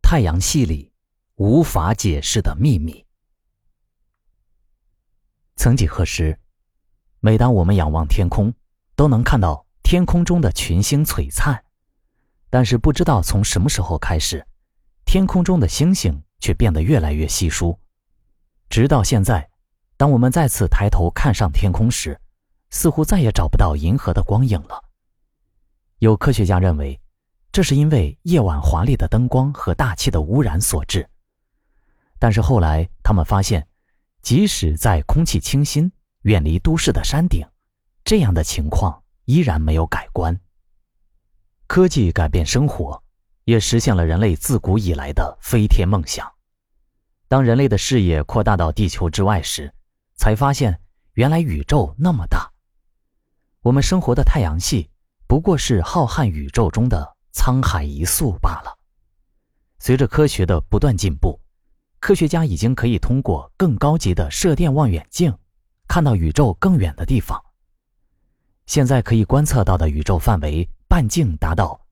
太阳系里无法解释的秘密。曾几何时，每当我们仰望天空，都能看到天空中的群星璀璨，但是不知道从什么时候开始，天空中的星星却变得越来越稀疏。直到现在，当我们再次抬头看上天空时，似乎再也找不到银河的光影了。有科学家认为，这是因为夜晚华丽的灯光和大气的污染所致。但是后来他们发现，即使在空气清新、远离都市的山顶，这样的情况依然没有改观。科技改变生活，也实现了人类自古以来的飞天梦想。当人类的视野扩大到地球之外时，才发现原来宇宙那么大。我们生活的太阳系不过是浩瀚宇宙中的沧海一粟罢了。随着科学的不断进步，科学家已经可以通过更高级的射电望远镜看到宇宙更远的地方。现在可以观测到的宇宙范围半径达到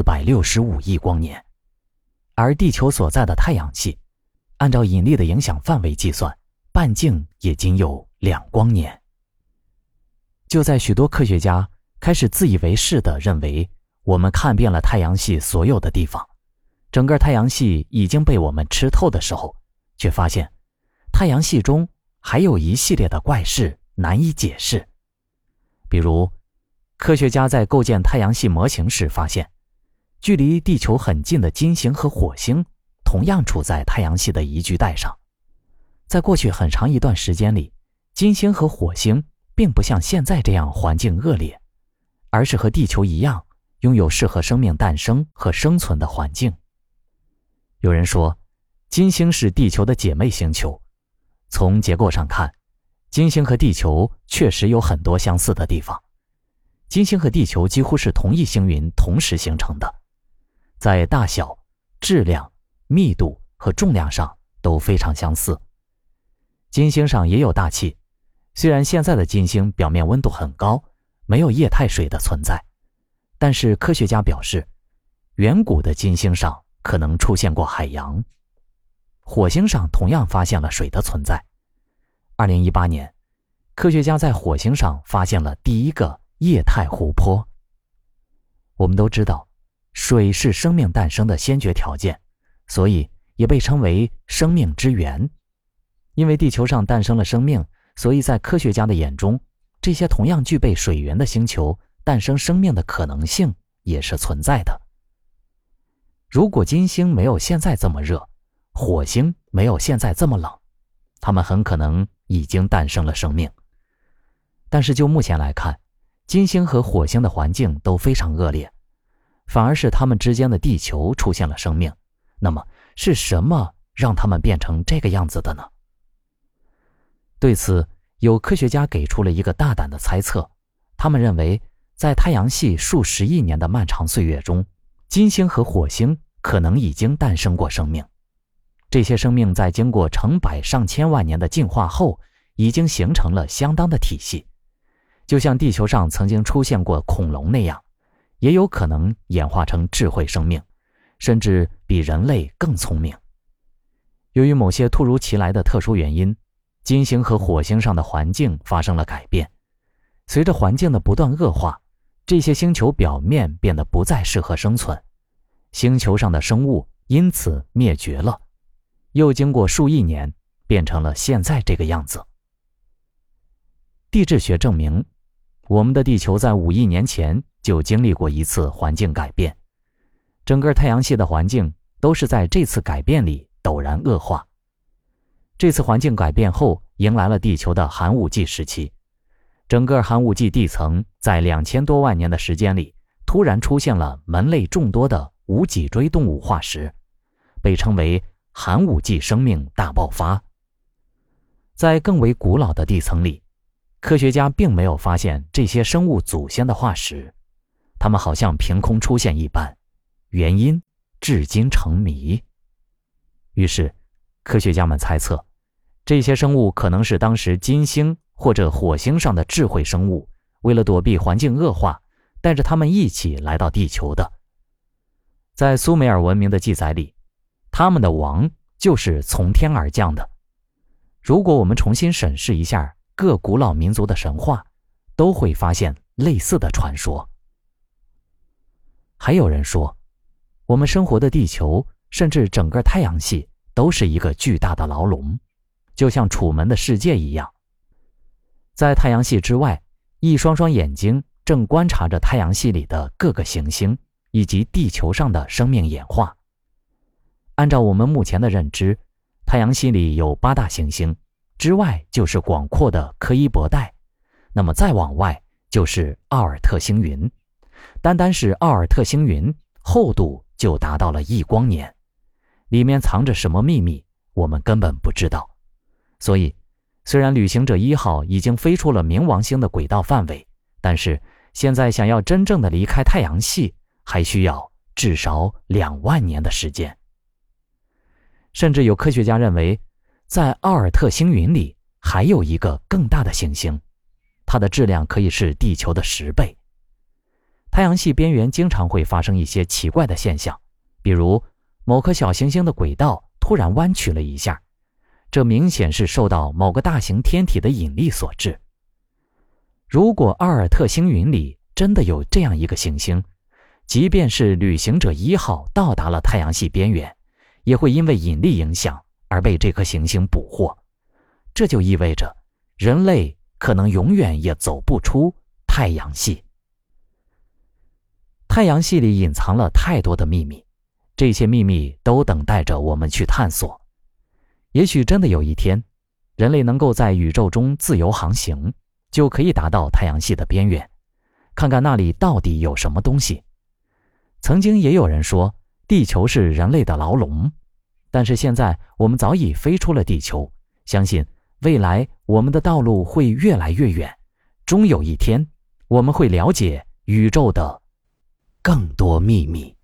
465亿光年，而地球所在的太阳系，按照引力的影响范围计算，半径也仅有2光年。就在许多科学家开始自以为是地认为我们看遍了太阳系所有的地方，整个太阳系已经被我们吃透的时候，却发现太阳系中还有一系列的怪事难以解释。比如，科学家在构建太阳系模型时发现，距离地球很近的金星和火星同样处在太阳系的宜居带上。在过去很长一段时间里，金星和火星并不像现在这样环境恶劣，而是和地球一样，拥有适合生命诞生和生存的环境。有人说，金星是地球的姐妹星球。从结构上看，金星和地球确实有很多相似的地方。金星和地球几乎是同一星云同时形成的，在大小、质量、密度和重量上都非常相似。金星上也有大气，虽然现在的金星表面温度很高，没有液态水的存在，但是科学家表示，远古的金星上可能出现过海洋。火星上同样发现了水的存在。2018年，科学家在火星上发现了第一个液态湖泊。我们都知道，水是生命诞生的先决条件，所以也被称为生命之源。因为地球上诞生了生命，所以在科学家的眼中，这些同样具备水源的星球诞生生命的可能性也是存在的。如果金星没有现在这么热，火星没有现在这么冷，它们很可能已经诞生了生命。但是就目前来看，金星和火星的环境都非常恶劣，反而是它们之间的地球出现了生命。那么是什么让它们变成这个样子的呢？对此，有科学家给出了一个大胆的猜测。他们认为，在太阳系数十亿年的漫长岁月中，金星和火星可能已经诞生过生命。这些生命在经过成百上千万年的进化后，已经形成了相当的体系。就像地球上曾经出现过恐龙那样，也有可能演化成智慧生命，甚至比人类更聪明。由于某些突如其来的特殊原因，金星和火星上的环境发生了改变。随着环境的不断恶化，这些星球表面变得不再适合生存，星球上的生物因此灭绝了。又经过数亿年，变成了现在这个样子。地质学证明，我们的地球在5亿年前就经历过一次环境改变，整个太阳系的环境都是在这次改变里陡然恶化。这次环境改变后，迎来了地球的寒武纪时期。整个寒武纪地层在2000多万年的时间里，突然出现了门类众多的无脊椎动物化石，被称为寒武纪生命大爆发。在更为古老的地层里，科学家并没有发现这些生物祖先的化石，它们好像凭空出现一般，原因至今成谜。于是，科学家们猜测，这些生物可能是当时金星或者火星上的智慧生物，为了躲避环境恶化，带着他们一起来到地球的。在苏美尔文明的记载里， 他们的王就是从天而降的。如果我们重新审视一下各古老民族的神话，都会发现类似的传说。还有人说，我们生活的地球，甚至整个太阳系都是一个巨大的牢笼，就像楚门的世界一样。在太阳系之外，一双双眼睛正观察着太阳系里的各个行星以及地球上的生命演化。按照我们目前的认知，太阳系里有8大行星，之外就是广阔的柯伊伯带，那么再往外就是奥尔特星云。单单是奥尔特星云厚度就达到了1光年，里面藏着什么秘密，我们根本不知道。所以虽然旅行者1号已经飞出了冥王星的轨道范围，但是现在想要真正的离开太阳系，还需要至少2万年的时间。甚至有科学家认为，在奥尔特星云里还有一个更大的行星，它的质量可以是地球的10倍。太阳系边缘经常会发生一些奇怪的现象，比如某颗小行星的轨道突然弯曲了一下，这明显是受到某个大型天体的引力所致。如果奥尔特星云里真的有这样一个行星，即便是旅行者1号到达了太阳系边缘，也会因为引力影响而被这颗行星捕获。这就意味着人类可能永远也走不出太阳系。太阳系里隐藏了太多的秘密，这些秘密都等待着我们去探索。也许真的有一天，人类能够在宇宙中自由航行，就可以达到太阳系的边缘，看看那里到底有什么东西。曾经也有人说，地球是人类的牢笼，但是现在我们早已飞出了地球，相信未来我们的道路会越来越远，终有一天，我们会了解宇宙的更多秘密。